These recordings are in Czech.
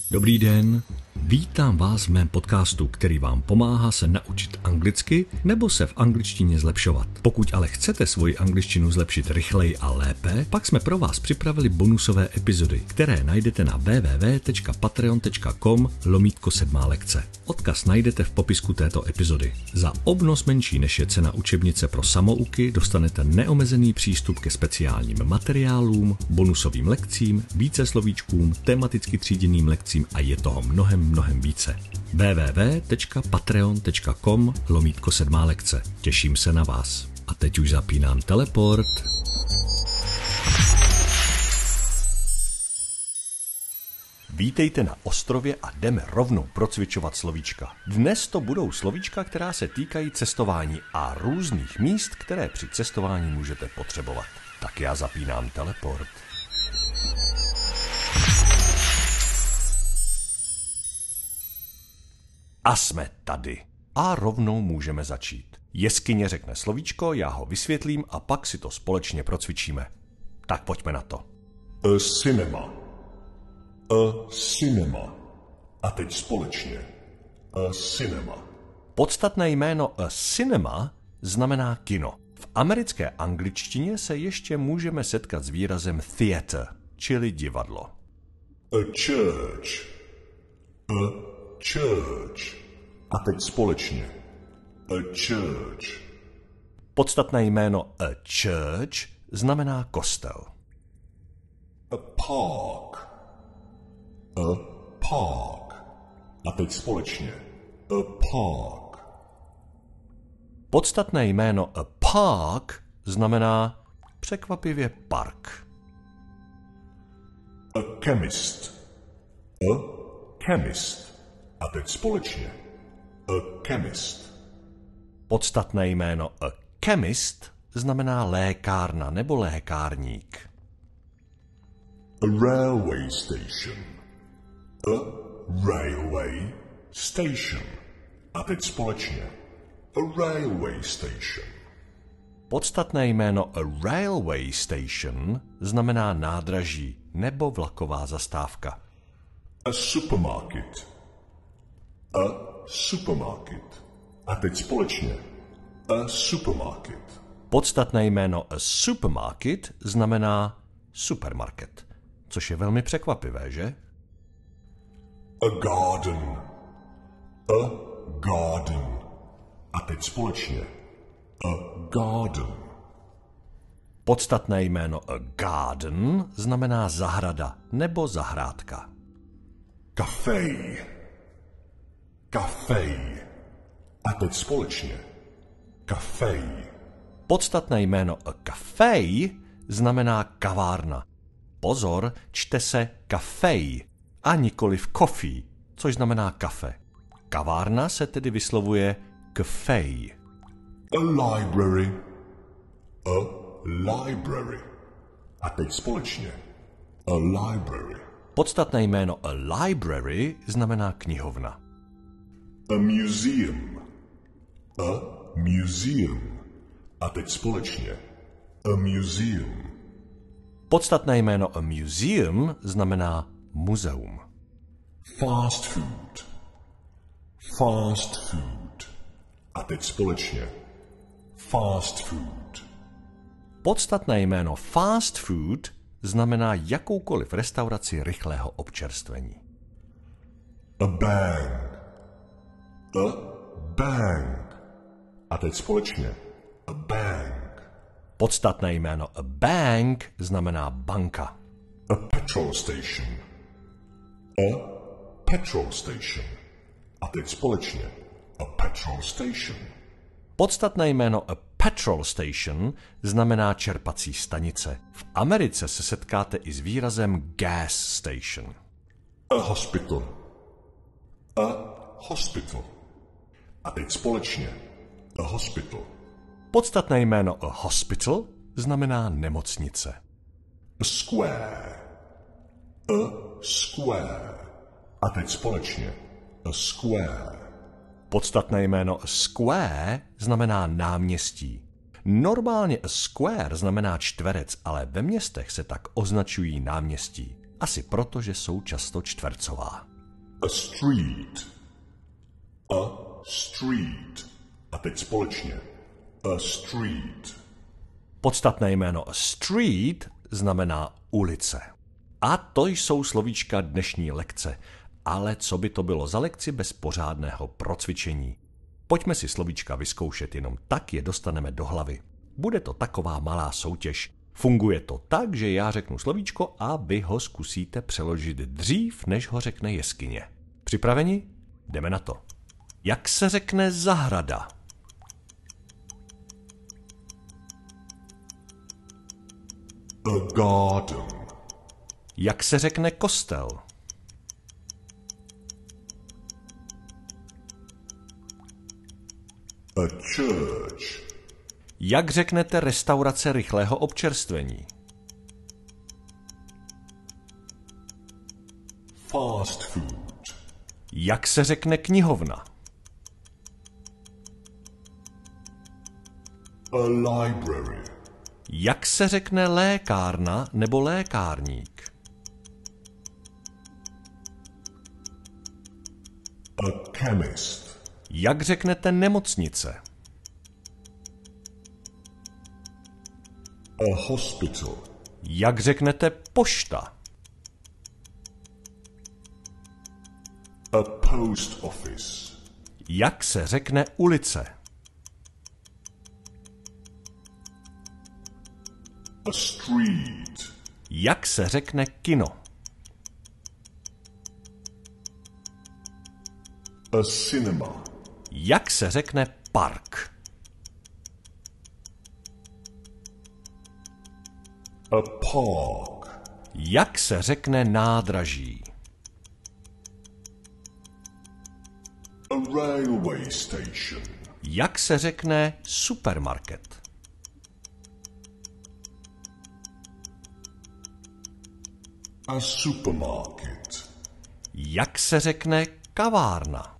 Dobrý den, vítám vás v mém podcastu, který vám pomáhá se naučit anglicky nebo se v angličtině zlepšovat. Pokud ale chcete svoji angličtinu zlepšit rychleji a lépe, pak jsme pro vás připravili bonusové epizody, které najdete na www.patreon.com/7lekce. Odkaz najdete v popisku této epizody. Za obnos menší než je cena učebnice pro samouky dostanete neomezený přístup ke speciálním materiálům, bonusovým lekcím, více slovíčkům, tematicky tříděným lekcím a je toho mnohem více. www.patreon.com/7lekce. Těším se na vás. A teď už zapínám teleport. Vítejte na ostrově a jdeme rovnou procvičovat slovíčka. Dnes to budou slovíčka, která se týkají cestování a různých míst, které při cestování můžete potřebovat. Tak já zapínám teleport. A jsme tady. A rovnou můžeme začít. Jeskyně řekne slovíčko, já ho vysvětlím a pak si to společně procvičíme. Tak pojďme na to. A cinema. A cinema. A teď společně. A cinema. Podstatné jméno a cinema znamená kino. V americké angličtině se ještě můžeme setkat s výrazem theater, čili divadlo. A church. A church. A teď společně. A church. Podstatné jméno a church znamená kostel. A park. A park. A teď společně. A park. Podstatné jméno a park znamená překvapivě park. A chemist. A chemist. A teď společně. A chemist. Podstatné jméno a chemist znamená lékárna nebo lékárník. A railway station. A railway station. A teď společně. A railway station. Podstatné jméno a railway station znamená nádraží nebo vlaková zastávka. A supermarket. A supermarket. A teď společně. A supermarket. Podstatné jméno a supermarket znamená supermarket, což je velmi překvapivé, že? A garden. A garden. A teď společně. A garden. Podstatné jméno a garden znamená zahrada nebo zahrádka. Café. Café. A teď společně. Café. Podstatné jméno a café znamená kavárna. Pozor, čte se café a nikoliv coffee, což znamená kafe. Kavárna se tedy vyslovuje café. A library. A library. A teď společně. A library. Podstatné jméno a library znamená knihovna. A museum. A museum. A teď společně. A museum. Podstatné jméno a museum znamená muzeum. Fast food. Fast food. A teď společně. Fast food. Podstatné jméno fast food znamená jakoukoliv restauraci rychlého občerstvení. A bank. A bank. A teď společně. A bank. Podstatné jméno a bank znamená banka. A petrol station. A petrol station. A teď společně. A petrol station. Podstatné jméno a petrol station znamená čerpací stanice. V Americe se setkáte i s výrazem gas station. A hospital. A hospital. A teď společně. A hospital. Podstatné jméno a hospital znamená nemocnice. A square. A square. A teď společně. A square. Podstatné jméno square znamená náměstí. Normálně a square znamená čtverec, ale ve městech se tak označují náměstí. Asi proto, že jsou často čtvercová. A street. A street. A teď společně. A street. Podstatné jméno a street znamená ulice. A to jsou slovíčka dnešní lekce. Ale co by to bylo za lekci bez pořádného procvičení? Pojďme si slovíčka vyzkoušet, jenom tak je dostaneme do hlavy. Bude to taková malá soutěž. Funguje to tak, že já řeknu slovíčko a vy ho zkusíte přeložit dřív, než ho řekne jeskyně. Připraveni? Jdeme na to. Jak se řekne zahrada? A garden. Jak se řekne kostel? A church. Jak řeknete restaurace rychlého občerstvení? Fast food. Jak se řekne knihovna? A library. Jak se řekne lékárna nebo lékárník? A chemist. Jak řeknete nemocnice? A hospital. Jak řeknete pošta? A post office. Jak se řekne ulice? A street. Jak se řekne kino? A cinema. Jak se řekne park? A park. Jak se řekne nádraží? A railway station. Jak se řekne supermarket? A supermarket. Jak se řekne kavárna?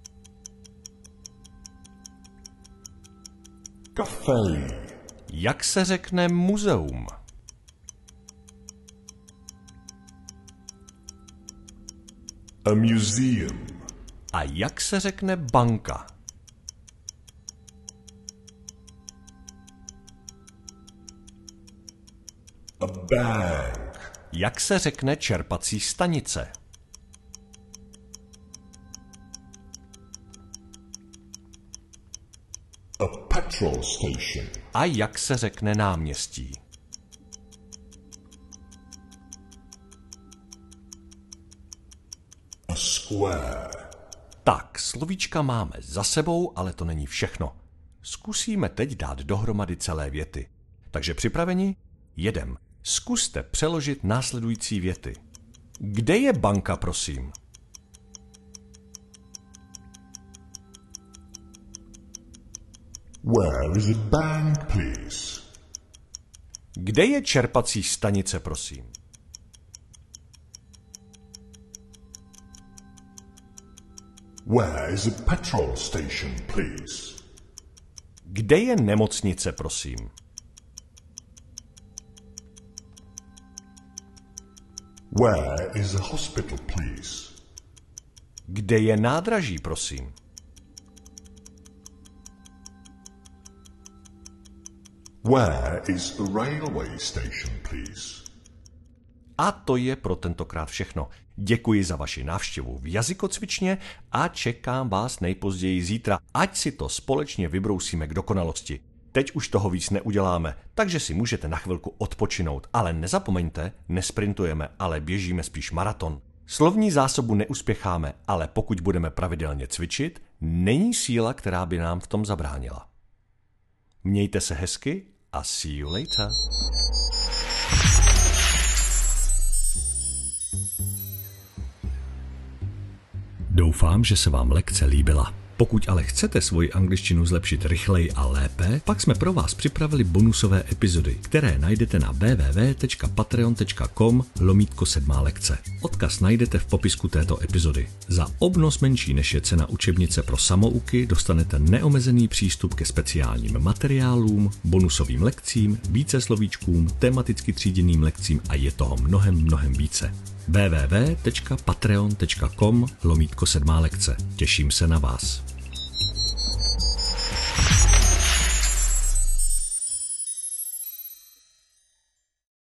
Café. Jak se řekne muzeum? A museum. A jak se řekne banka? A bank. Jak se řekne čerpací stanice? A petrol station. A jak se řekne náměstí? A square. Tak, slovíčka máme za sebou, ale to není všechno. Zkusíme teď dát dohromady celé věty. Takže připraveni? Jedem. Zkuste přeložit následující věty. Kde je banka, prosím? Where is a bank, please? Kde je čerpací stanice, prosím? Where is a petrol station, please? Kde je nemocnice, prosím? Where is a hospital, please? Kde je nádraží, prosím? Where is a railway station, please? A to je pro tentokrát všechno. Děkuji za vaši návštěvu v jazykocvičně a čekám vás nejpozději zítra, ať si to společně vybrousíme k dokonalosti. Teď už toho víc neuděláme, takže si můžete na chvilku odpočinout, ale nezapomeňte, nesprintujeme, ale běžíme spíš maraton. Slovní zásobu neuspěcháme, ale pokud budeme pravidelně cvičit, není síla, která by nám v tom zabránila. Mějte se hezky a see you later. Doufám, že se vám lekce líbila. Pokud ale chcete svoji angličtinu zlepšit rychleji a lépe, pak jsme pro vás připravili bonusové epizody, které najdete na www.patreon.com/7 lekce. Odkaz najdete v popisku této epizody. Za obnos menší než je cena učebnice pro samouky dostanete neomezený přístup ke speciálním materiálům, bonusovým lekcím, více slovíčkům, tematicky tříděným lekcím a je toho mnohem více. www.patreon.com/7 lekce. Těším se na vás.